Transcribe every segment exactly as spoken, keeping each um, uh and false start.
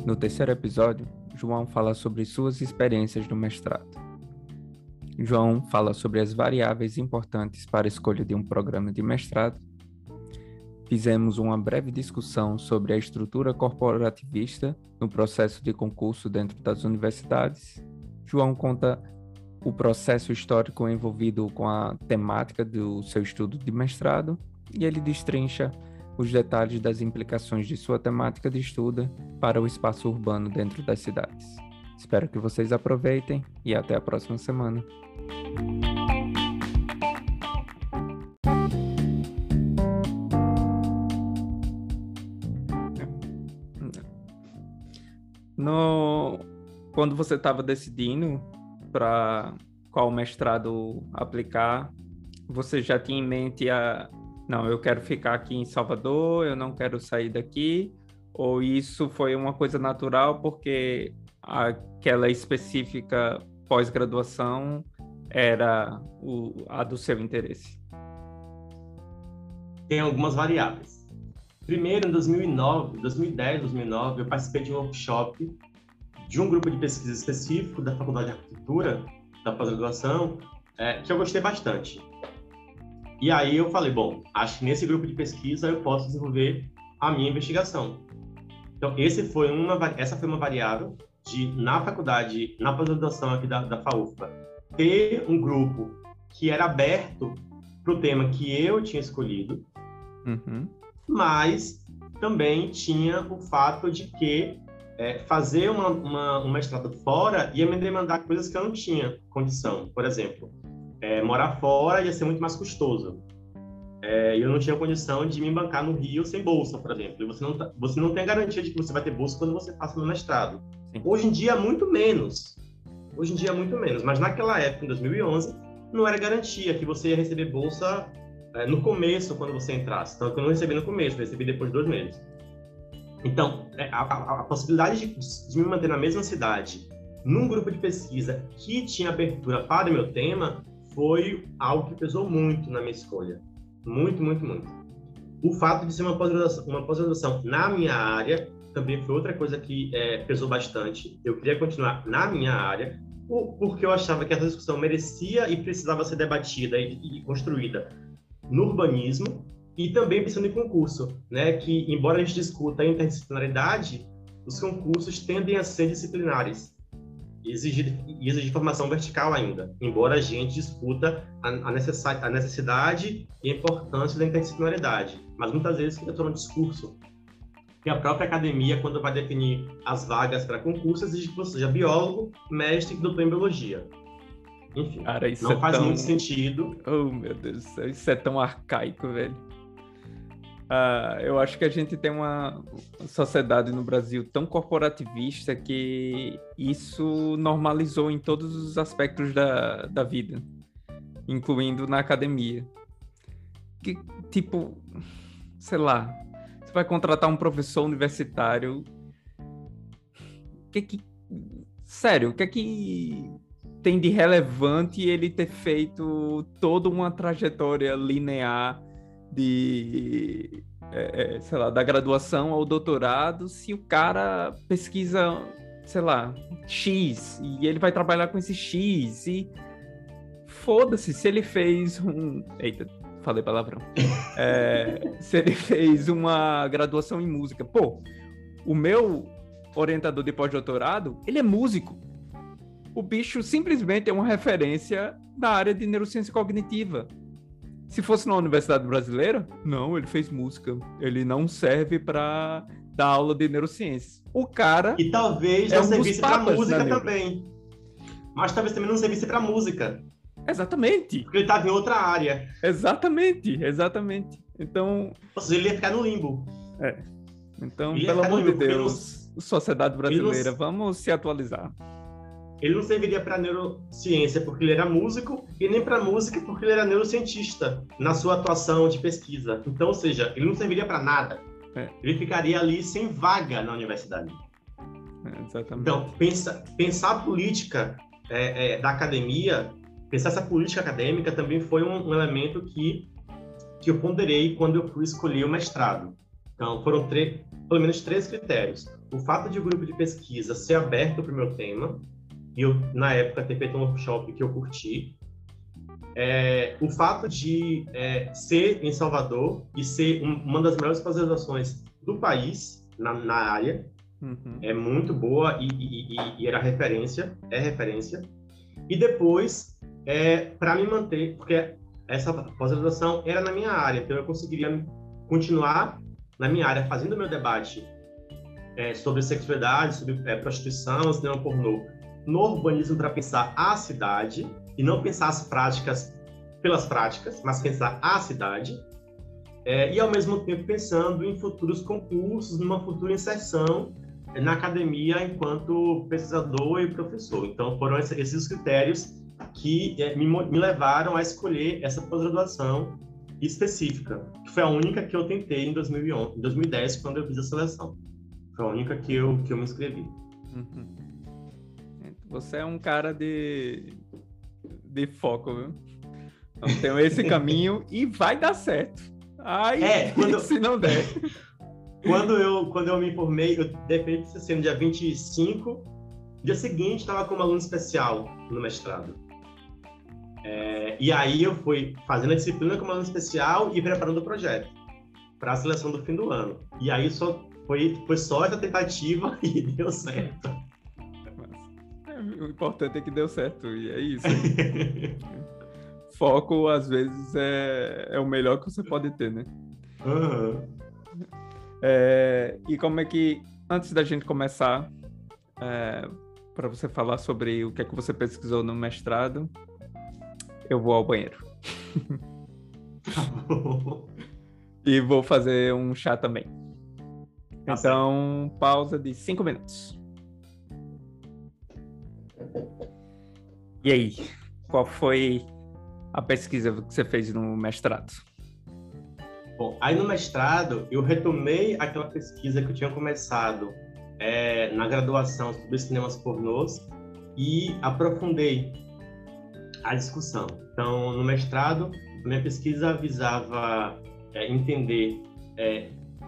No terceiro episódio, João fala sobre suas experiências no mestrado. João fala sobre as variáveis importantes para a escolha de um programa de mestrado. Fizemos uma breve discussão sobre a estrutura corporativista no processo de concurso dentro das universidades. João conta o processo histórico envolvido com a temática do seu estudo de mestrado e ele destrincha os detalhes das implicações de sua temática de estudo para o espaço urbano dentro das cidades. Espero que vocês aproveitem e até a próxima semana. No... Quando você estava decidindo para qual mestrado aplicar, você já tinha em mente a não, eu quero ficar aqui em Salvador, eu não quero sair daqui, ou isso foi uma coisa natural porque aquela específica pós-graduação era o, a do seu interesse? Tem algumas variáveis. Primeiro, em dois mil e nove, dois mil e dez, dois mil e nove, eu participei de um workshop de um grupo de pesquisa específico da Faculdade de Arquitetura, da pós-graduação, é, que eu gostei bastante. E aí eu falei, bom, acho que nesse grupo de pesquisa eu posso desenvolver a minha investigação. Então, esse foi uma, essa foi uma variável de, na faculdade, na pós-graduação aqui da, da FAUFBA, ter um grupo que era aberto para o tema que eu tinha escolhido, uhum. Mas também tinha o fato de que é, fazer uma, uma, um mestrado fora ia me demandar coisas que eu não tinha condição. Por exemplo, É, morar fora ia ser muito mais custoso. É, eu não tinha condição de me bancar no Rio sem bolsa, por exemplo. E você não, tá, você não tem garantia de que você vai ter bolsa quando você passa no mestrado. Sim. Hoje em dia, muito menos. Hoje em dia, muito menos. Mas naquela época, em dois mil e onze, não era garantia que você ia receber bolsa é, no começo, quando você entrasse. Então, eu não recebi no começo, eu recebi depois de dois meses. Então, a, a, a possibilidade de, de me manter na mesma cidade, num grupo de pesquisa que tinha abertura para o meu tema, foi algo que pesou muito na minha escolha. Muito, muito, muito. O fato de ser uma pós-graduação, uma pós-graduação na minha área também foi outra coisa que é, pesou bastante. Eu queria continuar na minha área, porque eu achava que essa discussão merecia e precisava ser debatida e, e construída no urbanismo e também pensando em concurso, né? Que, embora a gente discuta a interdisciplinaridade, os concursos tendem a ser disciplinares. E exigir, exigir formação vertical ainda, embora a gente discuta a, a, necessidade, a necessidade e a importância da interdisciplinaridade, mas muitas vezes fica só no discurso. E a própria academia, quando vai definir as vagas para concursos, exige que você seja biólogo, mestre e doutor em biologia. Enfim, Cara, isso não é faz tão... muito sentido. Oh, meu Deus do céu, isso é tão arcaico, velho. Uh, eu acho que a gente tem uma sociedade no Brasil tão corporativista que isso normalizou em todos os aspectos da, da vida, incluindo na academia. Que, tipo, sei lá, você vai contratar um professor universitário, que que, sério, o que é que tem de relevante ele ter feito toda uma trajetória linear de, é, sei lá, da graduação ao doutorado, se o cara pesquisa, sei lá, X, e ele vai trabalhar com esse X, e foda-se, se ele fez um... Eita, falei palavrão. É, se ele fez uma graduação em música. Pô, o meu orientador de pós-doutorado, ele é músico. O bicho simplesmente é uma referência na área de neurociência cognitiva. Se fosse na Universidade Brasileira, não, ele fez música. Ele não serve para dar aula de neurociências. O cara... E talvez é não um servisse para música né, também. Mas talvez também não servisse para música. Exatamente. Porque ele estava em outra área. Exatamente, exatamente. Então... Ou seja, ele ia ficar no limbo. É. Então, ele pelo amor de limbo, Deus, não... sociedade brasileira, não... vamos se atualizar. Ele não serviria para neurociência porque ele era músico e nem para música porque ele era neurocientista na sua atuação de pesquisa. Então, ou seja, ele não serviria para nada. É. Ele ficaria ali sem vaga na universidade. É, exatamente. Então, pensa, pensar a política é, é, da academia, pensar essa política acadêmica também foi um, um elemento que, que eu ponderei quando eu fui escolher o mestrado. Então, foram três, pelo menos três critérios. o fato de o grupo de pesquisa ser aberto para o meu tema, e eu, na época, ter feito um workshop que eu curti, é, o fato de é, ser em Salvador e ser um, uma das melhores pós-graduações do país, na, na área, uhum. é muito boa e, e, e, e era referência, é referência. E depois, é, para me manter, porque essa pós-graduação era na minha área, então eu conseguiria continuar na minha área, fazendo meu debate é, sobre sexualidade, sobre é, prostituição, cinema pornô, no urbanismo para pensar a cidade, e não pensar as práticas pelas práticas, mas pensar a cidade, é, e ao mesmo tempo pensando em futuros concursos, numa futura inserção na academia enquanto pesquisador e professor. Então foram esses critérios que é, me, me levaram a escolher essa pós-graduação específica, que foi a única que eu tentei em dois mil e onze, em dois mil e dez, quando eu fiz a seleção. Foi a única que eu, que eu me inscrevi. Uhum. Você é um cara de, de foco, viu? Então tem esse caminho e vai dar certo. Ai, é, quando, se não der. Quando eu, quando eu me formei, eu defendi C C no dia vinte e cinco, no dia seguinte estava como aluno especial no mestrado. É, e aí eu fui fazendo a disciplina como aluno especial e preparando o projeto para a seleção do fim do ano. E aí só foi, foi só essa tentativa e deu certo. O importante é que deu certo, e é isso. Foco, às vezes, é, é o melhor que você pode ter, né? Uhum. É, e como é que, antes da gente começar, é, para você falar sobre o que é que você pesquisou no mestrado, eu vou ao banheiro. E vou fazer um chá também. Tá então, certo. Pausa de cinco minutos. E aí, qual foi a pesquisa que você fez no mestrado? Bom, aí no mestrado eu retomei aquela pesquisa que eu tinha começado é, na graduação sobre cinemas pornôs e aprofundei a discussão. Então, no mestrado, a minha pesquisa visava é, entender é,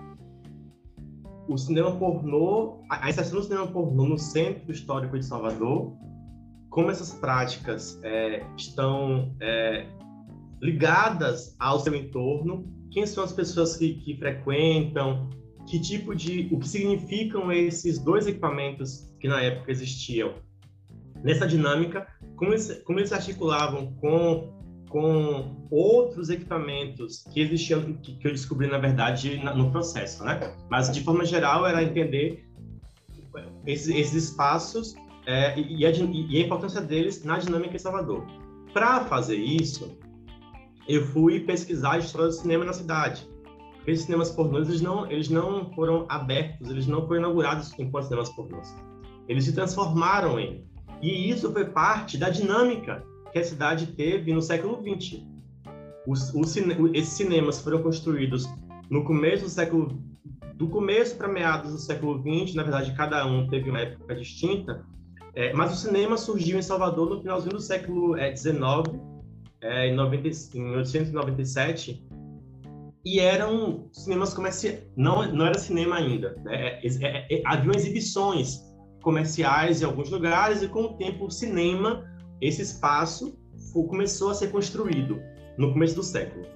o cinema pornô, a inserção do cinema pornô no Centro Histórico de Salvador, como essas práticas é, estão é, ligadas ao seu entorno, quem são as pessoas que, que frequentam, que tipo de, o que significam esses dois equipamentos que na época existiam. Nessa dinâmica, como eles, como eles se articulavam com, com outros equipamentos que existiam, que, que eu descobri, na verdade, na, no processo, né? Mas, de forma geral, era entender esses, esses espaços É, e, a, e a importância deles na dinâmica em Salvador. Para fazer isso, eu fui pesquisar a história do cinema na cidade. Esses cinemas pornôs, eles não, eles não foram abertos, eles não foram inaugurados enquanto cinemas pornôs. Eles se transformaram em. E isso foi parte da dinâmica que a cidade teve no século vinte. Os, os, esses cinemas foram construídos no começo do século do começo para meados do século vinte, na verdade, cada um teve uma época distinta. É, mas o cinema surgiu em Salvador no finalzinho do século dezenove, é, em, noventa, em oitocentos e noventa e sete, e eram cinemas comerciais, não, não era cinema ainda, né? é, é, é, haviam exibições comerciais em alguns lugares, e com o tempo o cinema, esse espaço, foi, começou a ser construído no começo do século.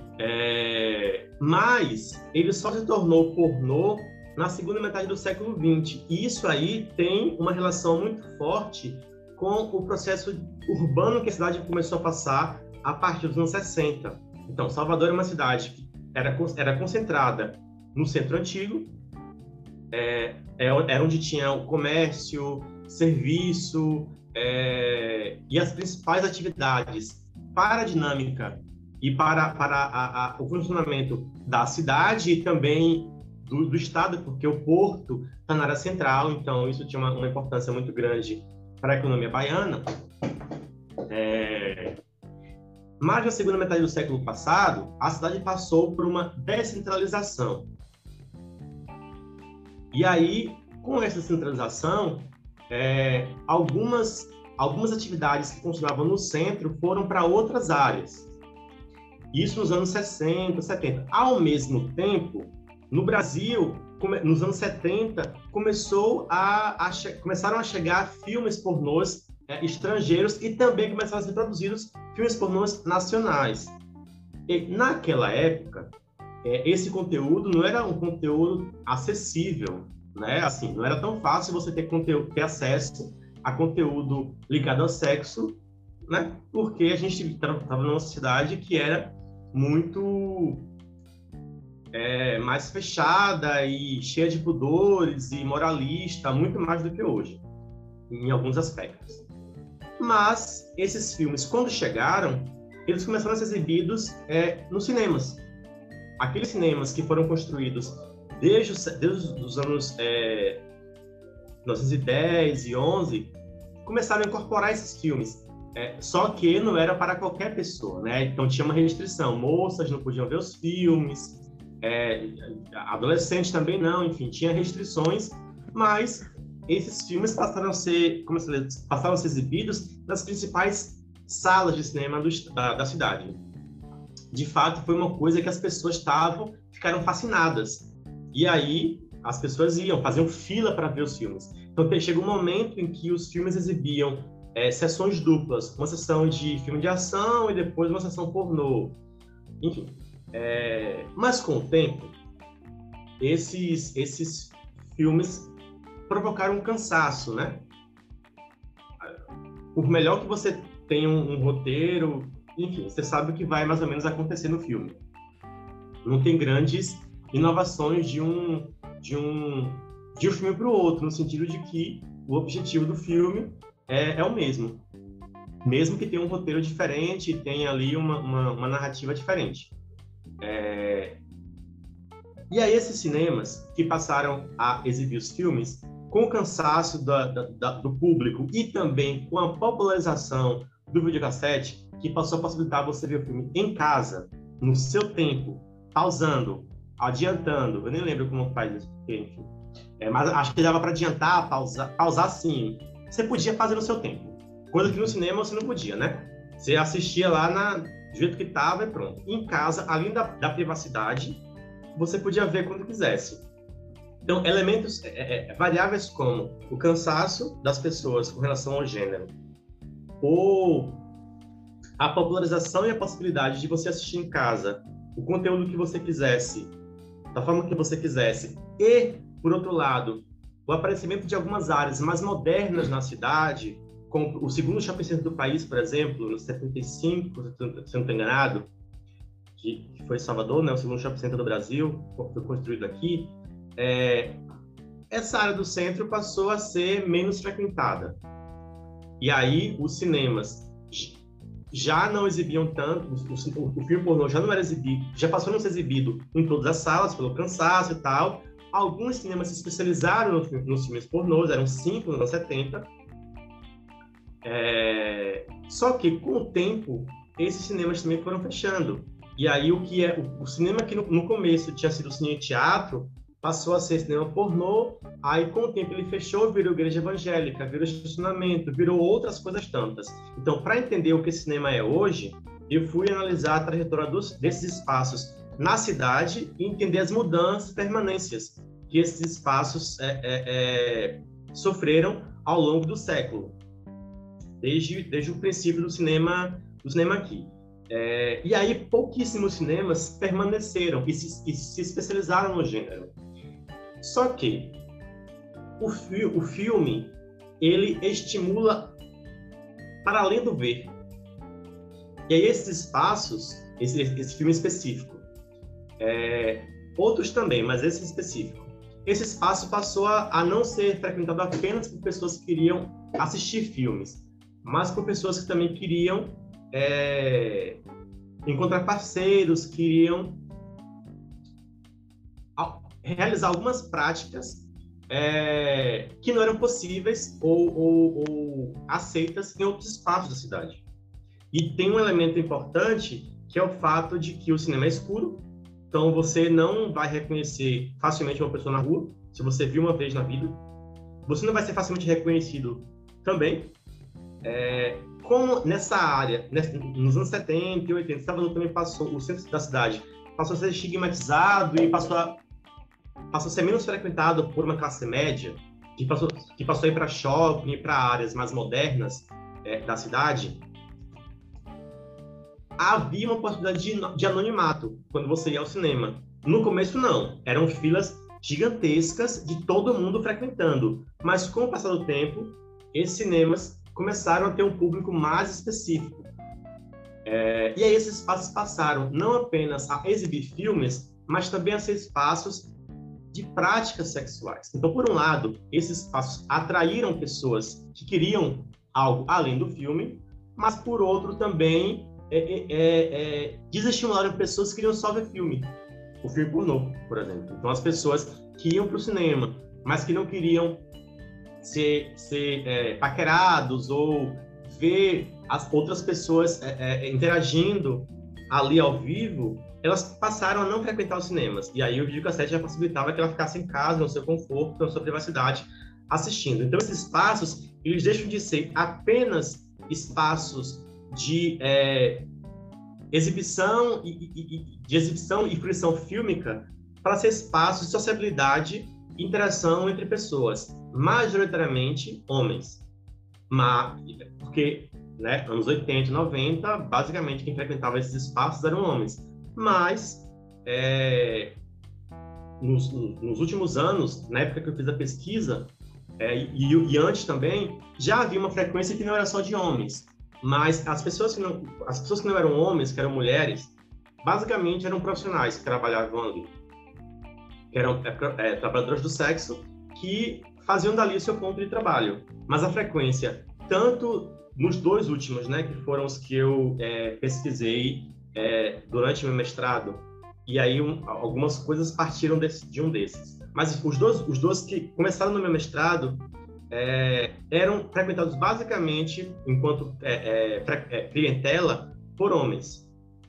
É, mas ele só se tornou pornô na segunda metade do século vinte. E isso aí tem uma relação muito forte com o processo urbano que a cidade começou a passar a partir dos anos sessenta. Então, Salvador é uma cidade que era, era concentrada no centro antigo, é, era onde tinha o comércio, serviço é, e as principais atividades para a dinâmica e para, para a, a, o funcionamento da cidade e também Do, do estado, porque o porto está na área central, então isso tinha uma, uma importância muito grande para a economia baiana. É... Mas na segunda metade do século passado, a cidade passou por uma descentralização. E aí, com essa centralização, é, algumas, algumas atividades que funcionavam no centro foram para outras áreas. Isso nos anos sessenta, setenta. Ao mesmo tempo, No Brasil, come, nos anos setenta, começou a, a che, começaram a chegar filmes pornôs é, estrangeiros e também começaram a ser produzidos filmes pornôs nacionais. E, naquela época, é, esse conteúdo não era um conteúdo acessível, né? Assim, não era tão fácil você ter, conteúdo, ter acesso a conteúdo ligado ao sexo, né? Porque a gente estava numa sociedade que era muito é, mais fechada e cheia de pudores e moralista, muito mais do que hoje, em alguns aspectos. Mas esses filmes, quando chegaram, eles começaram a ser exibidos é, nos cinemas. Aqueles cinemas que foram construídos desde os, desde os anos é, mil novecentos e dez e onze, começaram a incorporar esses filmes. É, só que não era para qualquer pessoa, né? Então tinha uma restrição. Moças não podiam ver os filmes, é, adolescentes também não, enfim, tinha restrições, mas esses filmes passaram a ser, como se diz, passaram a ser exibidos nas principais salas de cinema do, da, da cidade. De fato, foi uma coisa que as pessoas estavam, ficaram fascinadas. E aí, as pessoas iam, faziam fila para ver os filmes. Então, chega um momento em que os filmes exibiam é, sessões duplas, uma sessão de filme de ação e depois uma sessão pornô. Enfim. É, mas, com o tempo, esses, esses filmes provocaram um cansaço, né? Por melhor que você tenha um, um roteiro, enfim, você sabe o que vai mais ou menos acontecer no filme. Não tem grandes inovações de um, de um, de um filme para o outro, no sentido de que o objetivo do filme é, é o mesmo. Mesmo que tenha um roteiro diferente e tenha ali uma, uma, uma narrativa diferente. É... E aí esses cinemas que passaram a exibir os filmes, com o cansaço da, da, da, do público e também com a popularização do videocassete, que passou a possibilitar você ver o filme em casa, no seu tempo, pausando, adiantando. Eu nem lembro como faz isso, enfim. É, mas acho que dava para adiantar, pausar, pausar sim. Você podia fazer no seu tempo. Coisa que no cinema você não podia, né? Você assistia lá na, do jeito que estava e pronto. Em casa, além da, da privacidade, você podia ver quando quisesse. Então, elementos é, é, variáveis como o cansaço das pessoas com relação ao gênero, ou a popularização e a possibilidade de você assistir em casa o conteúdo que você quisesse, da forma que você quisesse, e, por outro lado, o aparecimento de algumas áreas mais modernas na cidade, como o segundo shopping center do país, por exemplo, no setenta e cinco, se eu não estou enganado, que foi em Salvador, né, o segundo shopping center do Brasil, foi construído aqui. É, essa área do centro passou a ser menos frequentada. E aí, os cinemas já não exibiam tanto, o, o, o filme pornô já não era exibido, já passou a não ser exibido em todas as salas, pelo cansaço e tal. Alguns cinemas se especializaram no, nos filmes pornôs, eram cinco nos anos setenta. É, só que, com o tempo, esses cinemas também foram fechando. E aí, o que é o, o cinema que no, no começo tinha sido cinema e teatro, passou a ser cinema pornô, aí com o tempo ele fechou, virou igreja evangélica, virou estacionamento, virou outras coisas tantas. Então, para entender o que esse cinema é hoje, eu fui analisar a trajetória dos, desses espaços na cidade e entender as mudanças e permanências que esses espaços é, é, é, sofreram ao longo do século, desde, desde o princípio do cinema, do cinema aqui. É, e aí pouquíssimos cinemas permaneceram e se, e se especializaram no gênero. Só que o, fi, o filme, ele estimula para além do ver. E aí esses espaços, esse, esse filme específico, é, outros também, mas esse específico, esse espaço passou a, a não ser frequentado apenas por pessoas que queriam assistir filmes, mas por pessoas que também queriam é, encontrar parceiros, queriam realizar algumas práticas é, que não eram possíveis ou, ou, ou aceitas em outros espaços da cidade. E tem um elemento importante, que é o fato de que o cinema é escuro, então você não vai reconhecer facilmente uma pessoa na rua, se você viu uma vez na vida. Você não vai ser facilmente reconhecido também. É, como nessa área, nos anos setenta e oitenta, Salvador também passou, o centro da cidade passou a ser estigmatizado e passou a passou a ser menos frequentado por uma classe média, que passou, que passou a ir para shopping, para áreas mais modernas é, da cidade, havia uma possibilidade de, de anonimato quando você ia ao cinema. No começo, não. Eram filas gigantescas de todo mundo frequentando. Mas, com o passar do tempo, esses cinemas começaram a ter um público mais específico. É, e aí esses espaços passaram não apenas a exibir filmes, mas também a ser espaços de práticas sexuais. Então, por um lado, esses espaços atraíram pessoas que queriam algo além do filme, mas, por outro, também é, é, é, desestimularam pessoas que queriam só ver filme. O filme pornô, por exemplo. Então, as pessoas que iam para o cinema, mas que não queriam ser, ser é, paquerados ou ver as outras pessoas é, é, interagindo ali ao vivo, elas passaram a não frequentar os cinemas. E aí o videocassete já possibilitava que ela ficasse em casa, no seu conforto, na sua privacidade, assistindo. Então, esses espaços, eles deixam de ser apenas espaços de é, exibição e, e, de exibição e fruição fílmica para ser espaços de sociabilidade e interação entre pessoas, majoritariamente homens. Mas, porque, né, anos oitenta, noventa, basicamente quem frequentava esses espaços eram homens. Mas, é, nos, nos últimos anos, na época que eu fiz a pesquisa, é, e, e antes também, já havia uma frequência que não era só de homens. Mas as pessoas que não, as pessoas que não eram homens, que eram mulheres, basicamente eram profissionais que trabalhavam ali. Que eram é, é, trabalhadoras do sexo que faziam dali o seu ponto de trabalho. Mas a frequência, tanto nos dois últimos, né, que foram os que eu é, pesquisei é, durante o meu mestrado, e aí um, algumas coisas partiram desse, de um desses. Mas os dois, os dois que começaram no meu mestrado é, eram frequentados basicamente, enquanto é, é, é, clientela, por homens,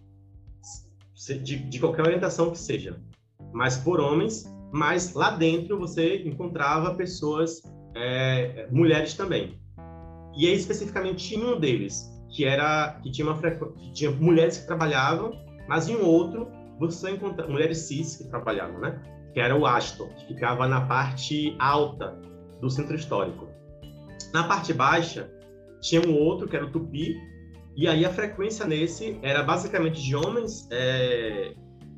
de, de qualquer orientação que seja, mas por homens. Mas lá dentro você encontrava pessoas, é, mulheres também. E aí, especificamente, tinha um deles, que, era, que, tinha uma frequ... que tinha mulheres que trabalhavam, mas em um outro você encontrava mulheres cis que trabalhavam, né? Que era o Astor, que ficava na parte alta do centro histórico. Na parte baixa, tinha um outro, que era o Tupi, e aí a frequência nesse era basicamente de homens... É...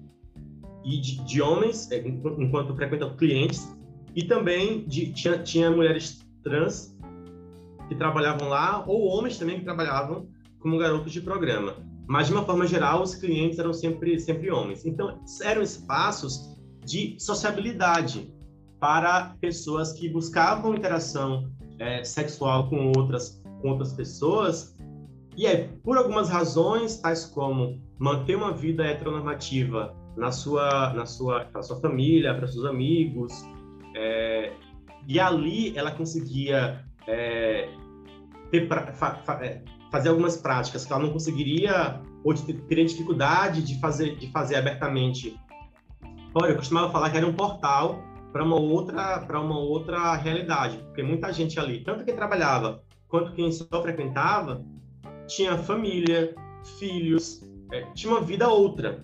e de, de homens, enquanto frequentam clientes, e também de, tinha, tinha mulheres trans que trabalhavam lá, ou homens também que trabalhavam como garotos de programa. Mas, de uma forma geral, os clientes eram sempre, sempre homens. Então, eram espaços de sociabilidade para pessoas que buscavam interação é, sexual com outras, com outras pessoas, e é por algumas razões, tais como manter uma vida heteronormativa na sua, na sua, para sua família, para seus amigos, é, e ali ela conseguia é, ter pra, fa, fa, é, fazer algumas práticas que ela não conseguiria ou teria dificuldade de fazer, de fazer abertamente. Olha, eu costumava falar que era um portal para uma outra, para uma outra realidade, porque muita gente ali, tanto quem trabalhava quanto quem só frequentava, tinha família, filhos, é, tinha uma vida outra.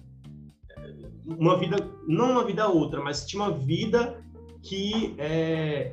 Uma vida, não uma vida outra, mas tinha uma vida que, é,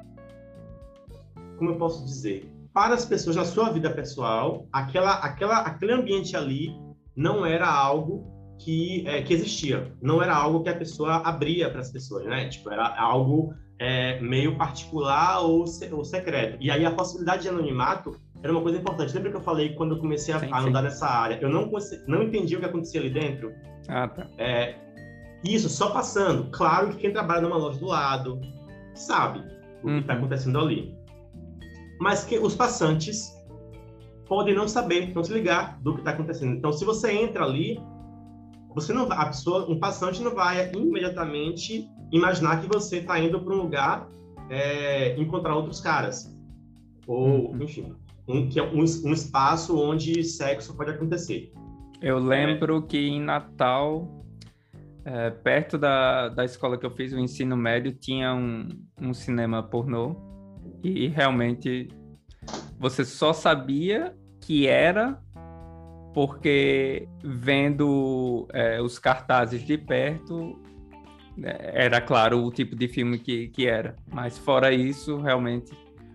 como eu posso dizer, para as pessoas na sua vida pessoal, aquela, aquela, aquele ambiente ali não era algo que, é, que existia, não era algo que a pessoa abria para as pessoas, né? Tipo, era algo é, meio particular ou, se, ou secreto. E aí a possibilidade de anonimato era uma coisa importante. Lembra que eu falei quando eu comecei a, sim, a andar sim. nessa área? Eu não, não entendi o que acontecia ali dentro. Ah, tá. É, isso, só passando. Claro que quem trabalha numa loja do lado sabe o que está acontecendo ali. Mas que os passantes podem não saber, não se ligar do que está acontecendo. Então, se você entra ali, você não vai, a pessoa, um passante não vai imediatamente imaginar que você está indo para um lugar é, encontrar outros caras. Ou, uhum. enfim, um, que é um, um espaço onde sexo pode acontecer. Eu lembro é. que em Natal... É, perto da, da escola que eu fiz o ensino médio, tinha um, um cinema pornô e realmente você só sabia que era porque vendo é, os cartazes de perto era claro o tipo de filme que, que era. Mas fora isso, realmente,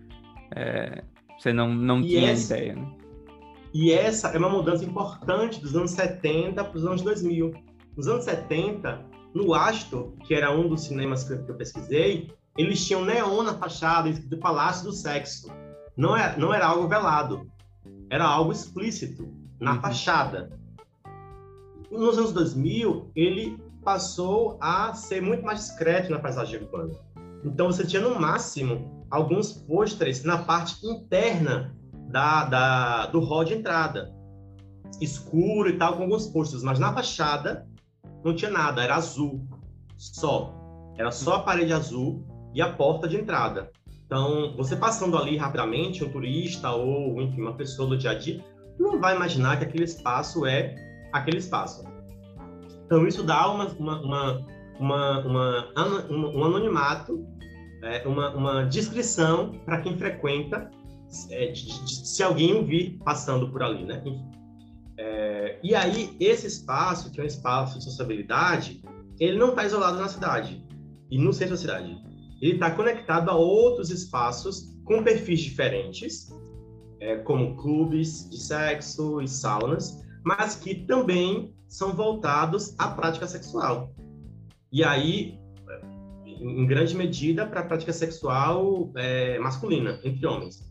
é, você não, não E tinha essa, ideia, né? e essa é uma mudança importante dos anos setenta para os anos dois mil. Nos anos setenta, no Astor, que era um dos cinemas que eu, que eu pesquisei, eles tinham neon na fachada do Palácio do Sexo. Não era, não era algo velado, era algo explícito na Uhum. fachada. Nos anos dois mil, ele passou a ser muito mais discreto na paisagem urbana. Então, você tinha, no máximo, alguns pôsteres na parte interna da, da, do hall de entrada. Escuro e tal, com alguns pôsteres. Mas na fachada, não tinha nada. Era azul. Só. Era só a parede azul e a porta de entrada. Então, você passando ali rapidamente, um turista ou, enfim, uma pessoa do dia a dia, não vai imaginar que aquele espaço é aquele espaço. Então, isso dá uma, uma, uma, uma, uma, um anonimato, é, uma, uma descrição para quem frequenta, é, de, de, se alguém o vir passando por ali, né? É, e aí, esse espaço, que é um espaço de sociabilidade, ele não está isolado na cidade e no centro da cidade. Ele está conectado a outros espaços com perfis diferentes, é, como clubes de sexo e saunas, mas que também são voltados à prática sexual. E aí, em grande medida, para a prática sexual é, masculina, entre homens.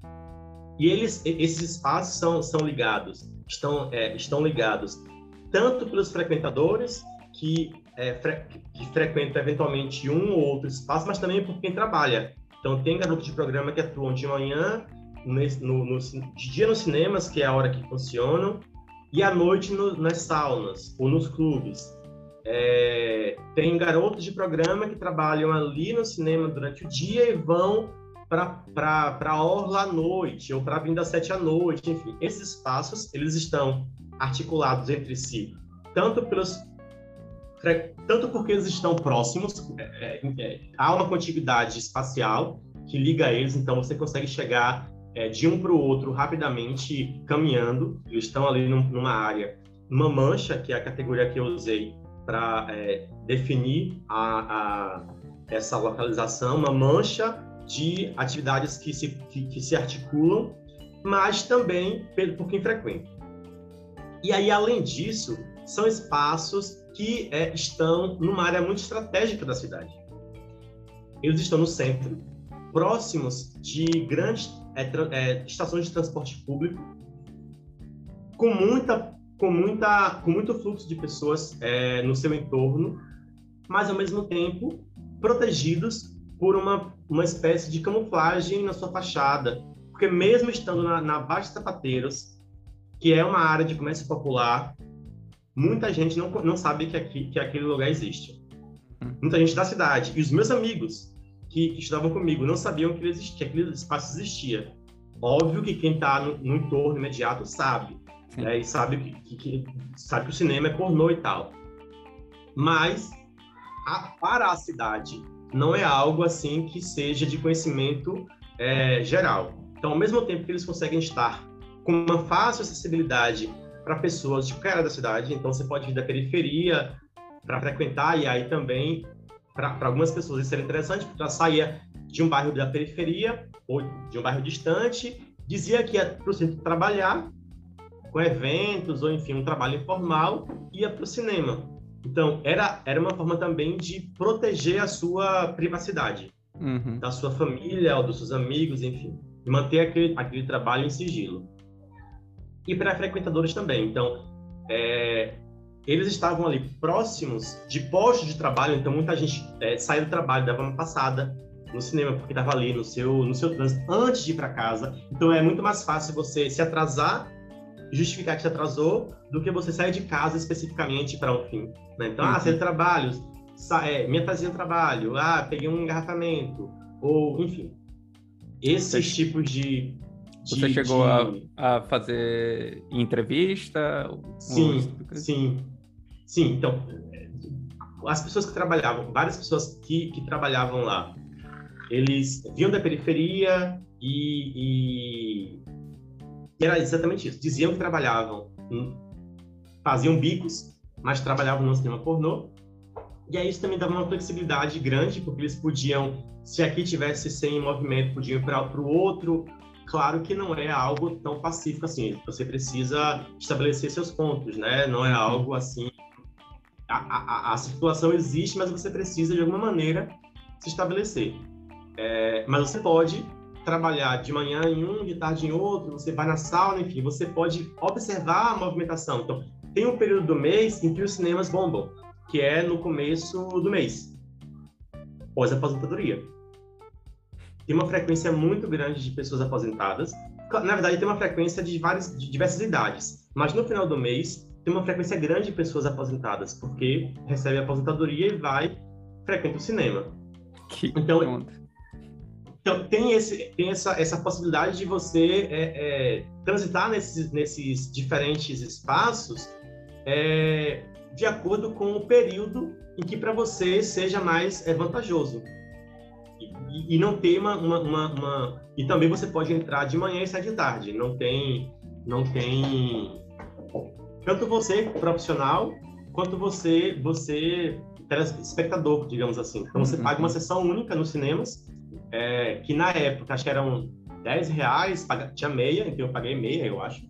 E eles, esses espaços são, são ligados, estão, é, estão ligados tanto pelos frequentadores, que, é, fre, que frequentam eventualmente um ou outro espaço, mas também por quem trabalha. Então, tem garotos de programa que atuam de manhã, no, no, de dia nos cinemas, que é a hora que funcionam, e à noite no, nas saunas ou nos clubes. É, tem garotos de programa que trabalham ali no cinema durante o dia e vão para a orla à noite, ou para a vinda às sete à noite, enfim. Esses espaços, eles estão articulados entre si, tanto, pelos, tanto porque eles estão próximos, é, é, há uma contiguidade espacial que liga eles, então você consegue chegar é, de um para o outro rapidamente caminhando. Eles estão ali num, numa área, numa mancha, que é a categoria que eu usei para é, definir a, a, essa localização, uma mancha de atividades que se, que, que se articulam, mas também por quem frequenta. E aí, além disso, são espaços que é, estão numa área muito estratégica da cidade. Eles estão no centro, próximos de grandes é, é, estações de transporte público, com, muita, com, muita, com muito fluxo de pessoas é, no seu entorno, mas, ao mesmo tempo, protegidos por uma, uma espécie de camuflagem na sua fachada. Porque mesmo estando na, na Baixa Sapateiros, que é uma área de comércio popular, muita gente não, não sabe que, aqui, que aquele lugar existe. Muita gente da cidade. E os meus amigos que, que estudavam comigo não sabiam que, existia, que aquele espaço existia. Óbvio que quem está no, no entorno imediato sabe. Né, e sabe que, que, que, sabe que o cinema é pornô e tal. Mas, a, para a cidade, não é algo assim que seja de conhecimento é, geral. Então, ao mesmo tempo que eles conseguem estar com uma fácil acessibilidade para pessoas de qualquer área da cidade, então você pode vir da periferia para frequentar, e aí também, para algumas pessoas isso era interessante, porque ela saía de um bairro da periferia ou de um bairro distante, dizia que ia para o centro trabalhar, com eventos, ou enfim, um trabalho informal, ia para o cinema. Então, era, era uma forma também de proteger a sua privacidade, uhum. da sua família, ou dos seus amigos, enfim, e manter aquele, aquele trabalho em sigilo. E para frequentadores também. Então, é, eles estavam ali próximos de postos de trabalho, então muita gente é, saía do trabalho, dava uma passada no cinema, porque estava ali no seu, no seu trânsito antes de ir para casa. Então, é muito mais fácil você se atrasar, justificar que se atrasou, do que você sair de casa especificamente para um fim. Né? Então, uhum. ah, saí do trabalho, sa é, me atrasei no trabalho, ah, peguei um engarrafamento, ou, enfim. Esses você, tipos de... de você chegou de... A, a fazer entrevista? Sim, ou... sim. Sim, então, as pessoas que trabalhavam, várias pessoas que, que trabalhavam lá, eles vinham da periferia e... e... era exatamente isso. Diziam que trabalhavam, faziam bicos, mas trabalhavam no cinema pornô. E aí isso também dava uma flexibilidade grande, porque eles podiam, se aqui tivesse cem em movimento, podiam ir para o outro. Claro que não é algo tão pacífico assim, você precisa estabelecer seus pontos, né? Não é algo assim... A, a, a circulação existe, mas você precisa, de alguma maneira, se estabelecer. É, mas você pode trabalhar de manhã em um, de tarde em outro, você vai na sauna, enfim, você pode observar a movimentação. Então, tem um período do mês em que os cinemas bombam, que é no começo do mês, pós-aposentadoria. Tem uma frequência muito grande de pessoas aposentadas. Na verdade, tem uma frequência de, várias, de diversas idades, mas no final do mês tem uma frequência grande de pessoas aposentadas, porque recebe a aposentadoria e vai, frequenta o cinema. Que então, então tem, esse, tem essa, essa possibilidade de você é, é, transitar nesses, nesses diferentes espaços é, de acordo com o período em que para você seja mais é, vantajoso. E, e não ter uma, uma, uma, uma... E também você pode entrar de manhã e sair de tarde. Não tem... Não tem... Tanto você, profissional, quanto você, você telespectador, digamos assim. Então, você uhum. paga uma sessão única nos cinemas, é, que na época, acho que eram dez reais, paga, tinha meia, então eu paguei meia, eu acho.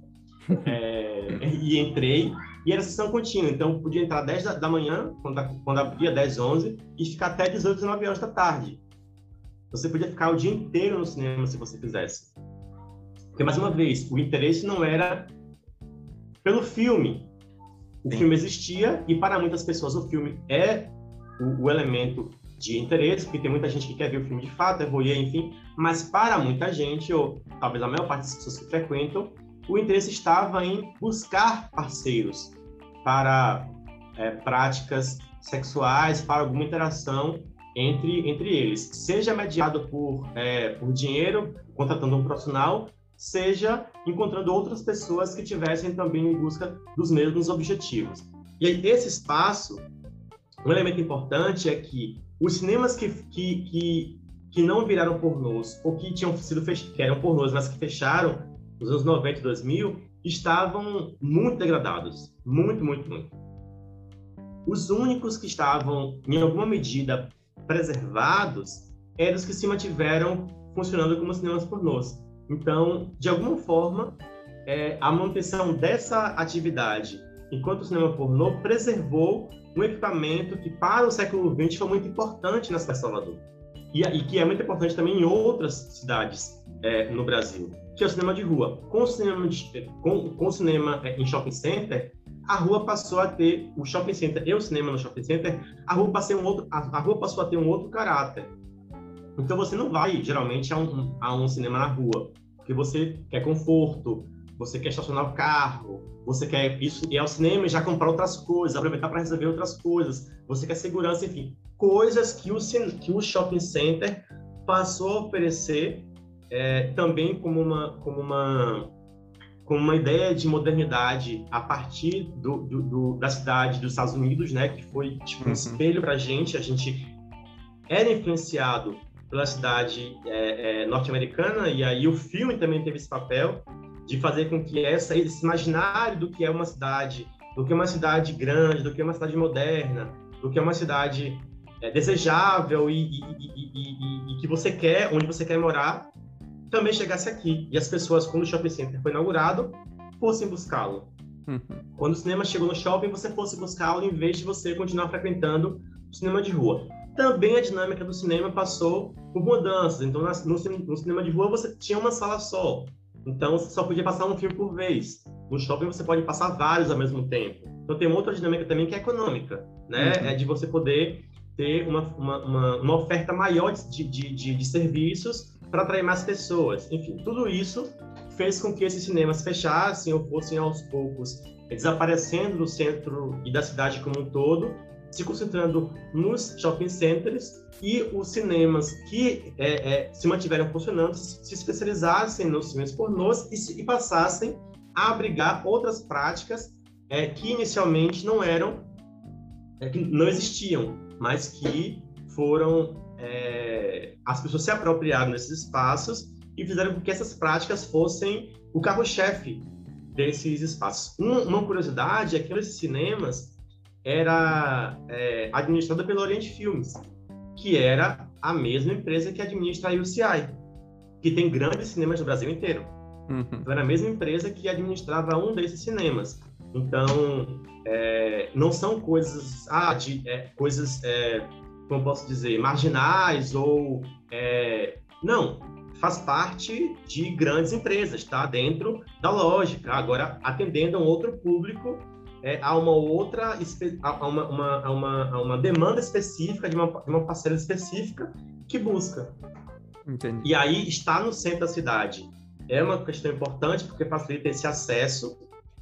É, e entrei, e era sessão contínua. Então, eu podia entrar dez da, da manhã, quando, quando abria dez, onze, e ficar até dezoito, dezenove horas da tarde. Você podia ficar o dia inteiro no cinema, se você quisesse. Porque, mais uma vez, o interesse não era pelo filme. O Sim. filme existia, e para muitas pessoas o filme é o, o elemento de interesse, porque tem muita gente que quer ver o filme de fato, é voyeur, enfim, mas para muita gente, ou talvez a maior parte das pessoas que frequentam, o interesse estava em buscar parceiros para é, práticas sexuais, para alguma interação entre, entre eles, seja mediado por, é, por dinheiro, contratando um profissional, seja encontrando outras pessoas que tivessem também em busca dos mesmos objetivos. E aí, esse espaço, um elemento importante é que os cinemas que, que, que, que não viraram pornôs, ou que tinham sido fech... que eram pornôs, mas que fecharam nos anos noventa e dois mil, estavam muito degradados. Muito, muito, muito. Os únicos que estavam, em alguma medida, preservados eram os que se mantiveram funcionando como cinemas pornôs. Então, de alguma forma, é, a manutenção dessa atividade enquanto o cinema pornô preservou um equipamento que, para o século vinte, foi muito importante na cidade de Salvador. E, e que é muito importante também em outras cidades é, no Brasil, que é o cinema de rua. Com o cinema, de, com, com o cinema é, em shopping center, a rua passou a ter, o shopping center e o cinema no shopping center, a rua, passou um outro, a, a rua passou a ter um outro caráter. Então, você não vai, geralmente, a um, a um cinema na rua, porque você quer conforto, você quer estacionar o carro, você quer isso, ir ao cinema e já comprar outras coisas, aproveitar para resolver outras coisas, você quer segurança, enfim, coisas que o, que o shopping center passou a oferecer é, também como uma, como, uma, como uma ideia de modernidade a partir do, do, do, da cidade dos Estados Unidos, né, que foi tipo, um uhum. espelho para a gente, a gente era influenciado pela cidade é, é, norte-americana, e aí o filme também teve esse papel de fazer com que essa, esse imaginário do que é uma cidade, do que é uma cidade grande, do que é uma cidade moderna, do que é uma cidade é, desejável e, e, e, e, e que você quer, onde você quer morar, também chegasse aqui. E as pessoas, quando o shopping center foi inaugurado, fossem buscá-lo. Uhum. Quando o cinema chegou no shopping, você fosse buscá-lo em vez de você continuar frequentando o cinema de rua. Também a dinâmica do cinema passou por mudanças. Então, no, no cinema de rua, você tinha uma sala só. Então, você só podia passar um filme por vez. No shopping, você pode passar vários ao mesmo tempo. Então, tem uma outra dinâmica também que é econômica, né? Uhum. É de você poder ter uma, uma, uma, uma oferta maior de, de, de, de serviços para atrair mais pessoas. Enfim, tudo isso fez com que esses cinemas fechassem ou fossem, aos poucos, desaparecendo do centro e da cidade como um todo, se concentrando nos shopping centers, e os cinemas que é, é, se mantiveram funcionando se especializassem nos filmes pornôs e, se, e passassem a abrigar outras práticas é, que inicialmente não eram, é, que não existiam, mas que foram, é, as pessoas se apropriaram desses espaços e fizeram com que essas práticas fossem o carro-chefe desses espaços. Um, uma curiosidade é que nesses cinemas era é, administrada pela Oriente Filmes, que era a mesma empresa que administra a U C I, que tem grandes cinemas no Brasil inteiro. Uhum. Então, era a mesma empresa que administrava um desses cinemas. Então, é, não são coisas, ah, de, é, coisas, é, como posso dizer, marginais ou... É, não, faz parte de grandes empresas, tá? Dentro da lógica. Agora, atendendo a um outro público, é, a uma outra, a uma, uma, a uma, a uma demanda específica, de uma, de uma parcela específica que busca. Entendi. E aí, estar no centro da cidade é uma questão importante, porque facilita esse acesso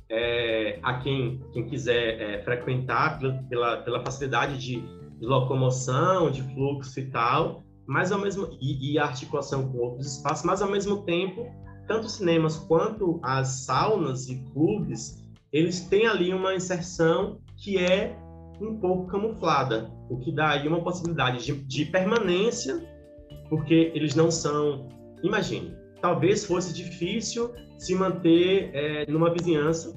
é, a quem, quem quiser é, frequentar pela, pela facilidade de, de locomoção, de fluxo e tal, mas ao mesmo e, e a articulação com outros espaços, mas ao mesmo tempo, tanto os cinemas quanto as saunas e clubes, eles têm ali uma inserção que é um pouco camuflada, o que dá aí uma possibilidade de, de permanência, porque eles não são... Imagine, talvez fosse difícil se manter é, numa vizinhança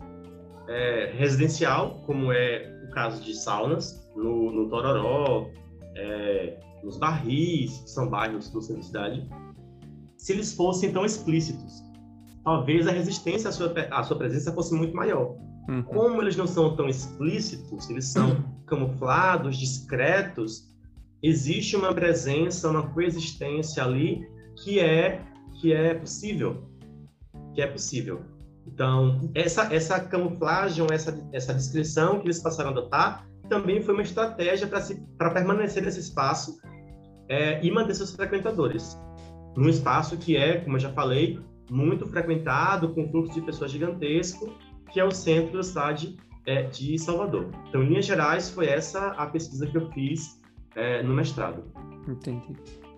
é, residencial, como é o caso de saunas, no, no Tororó, é, nos Barris, que são bairros do centro da cidade, se eles fossem tão explícitos. Talvez a resistência à sua, à sua presença fosse muito maior. Uhum. Como eles não são tão explícitos, eles são uhum. camuflados, discretos, existe uma presença, uma coexistência ali que é, que é possível. Que é possível. Então, essa, essa camuflagem, essa, essa descrição que eles passaram a adotar, também foi uma estratégia para permanecer nesse espaço é, e manter seus frequentadores. Num espaço que é, como eu já falei, muito frequentado, com um fluxo de pessoas gigantesco, que é o centro da cidade é, de Salvador. Então, em linhas gerais, foi essa a pesquisa que eu fiz é, no mestrado. Entendi.